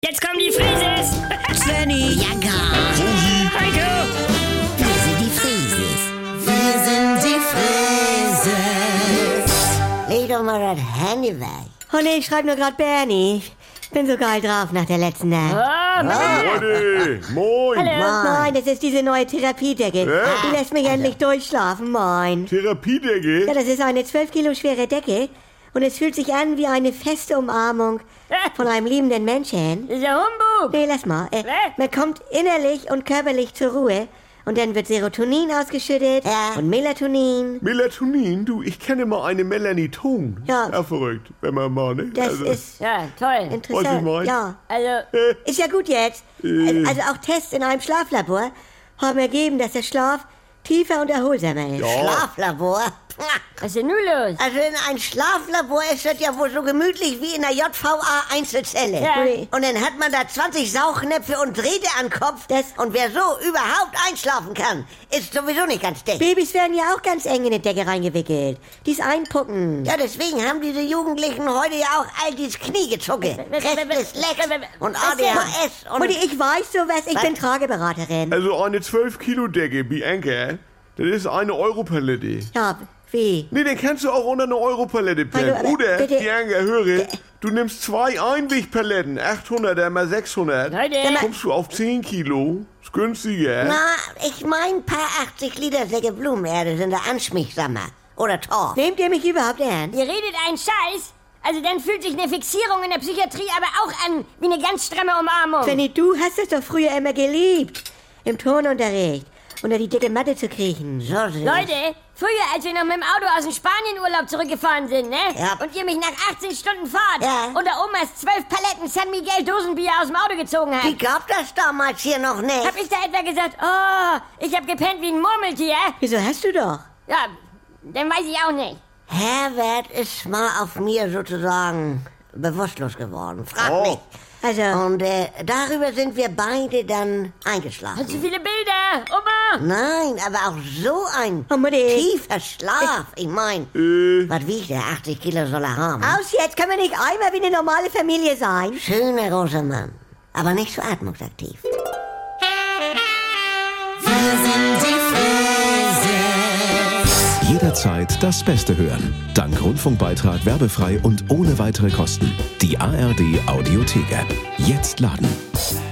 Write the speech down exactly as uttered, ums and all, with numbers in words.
Jetzt kommen die Frieses! Svenny! Ja, gar. Heiko! Wir sind die Frieses. Wir sind die Frieses. Leg doch mal das Handy weg. Oh nee, ich schreibe nur grad Bernie. Ich bin so geil drauf nach der letzten Nacht. Oh, Leute, moin. Hallo. Nein, das ist diese neue Therapiedecke. Hä? Die lässt mich endlich durchschlafen, moin. Therapiedecke? Ja, das ist eine zwölf Kilo schwere Decke und es fühlt sich an wie eine feste Umarmung von einem liebenden Menschen. Das ist ja Humbug! Nee, lass mal. Äh, Hä? man kommt innerlich und körperlich zur Ruhe und dann wird Serotonin ausgeschüttet Ja. und Melatonin. Melatonin? Du, ich kenne mal eine Melaniton. Ja. Ja, verrückt, wenn man mal, ne? Das Also, ist Ja, toll. interessant. Was ich mein? Ja, Also, ist ja gut jetzt. Äh. Also auch Tests in einem Schlaflabor haben ergeben, dass der Schlaf tiefer und erholsamer ist. Ja. Schlaflabor? was ist denn nun los? Also in ein Schlaflabor ist das ja wohl so gemütlich wie in der J V A-Einzelzelle. Ja. Und dann hat man da zwanzig Saugnäpfe und Drähte an Kopf. Das- Und wer so überhaupt einschlafen kann, ist sowieso nicht ganz dicht. Babys werden ja auch ganz eng in die Decke reingewickelt. Dies einpucken. Ja, deswegen haben diese Jugendlichen heute ja auch all dieses Kniegezucke. Restless Legs und A D H S und... Mutti, ich weiß sowas, ich Was? bin Trageberaterin. Also eine zwölf Kilo Decke, Bianca, das ist eine Europalette. Ja, wie? Nee, den kannst du auch unter eine Europalette pennen. Hallo, aber Oder, bitte- Bianca, höre, du nimmst zwei Einwegpaletten, achthunderter mal sechshundert. Leute! Kommst du auf zehn Kilo. Ist günstiger. Na, ich mein paar achtzig Liter Säcke Blumenerde sind der Anschmichsammer. Oder Torf. Nehmt ihr mich überhaupt ernst? Ihr redet einen Scheiß? Also dann fühlt sich eine Fixierung in der Psychiatrie aber auch an wie eine ganz stramme Umarmung. Fanny, du hast es doch früher immer geliebt. Im Turnunterricht. Unter die dicke Matte zu kriechen. So süß. Leute, früher, als wir noch mit dem Auto aus dem Spanienurlaub zurückgefahren sind, ne? Ja. Und ihr mich nach achtzehn Stunden Fahrt Ja. unter Omas zwölf Paletten San Miguel Dosenbier aus dem Auto gezogen Die habt. gab das damals hier noch nicht. Hab ich da etwa gesagt, oh, ich hab gepennt wie ein Murmeltier? Wieso hast du doch? Ja, dann weiß ich auch nicht. Herbert ist mal auf mir sozusagen bewusstlos geworden. Frag Oh. mich. Also, Und äh, darüber sind wir beide dann eingeschlafen. Zu viele Bilder, Oma. Nein, aber auch so ein Oh, Mutti. tiefer Schlaf. Ich mein, Äh, was wiegt der? achtzig Kilo soll er haben. aus jetzt können wir nicht einmal wie eine normale Familie sein. Schöner großer Mann, aber nicht so atmungsaktiv. Jederzeit das Beste hören. Dank Rundfunkbeitrag werbefrei und ohne weitere Kosten. Die A R D Audiothek-App. Jetzt laden.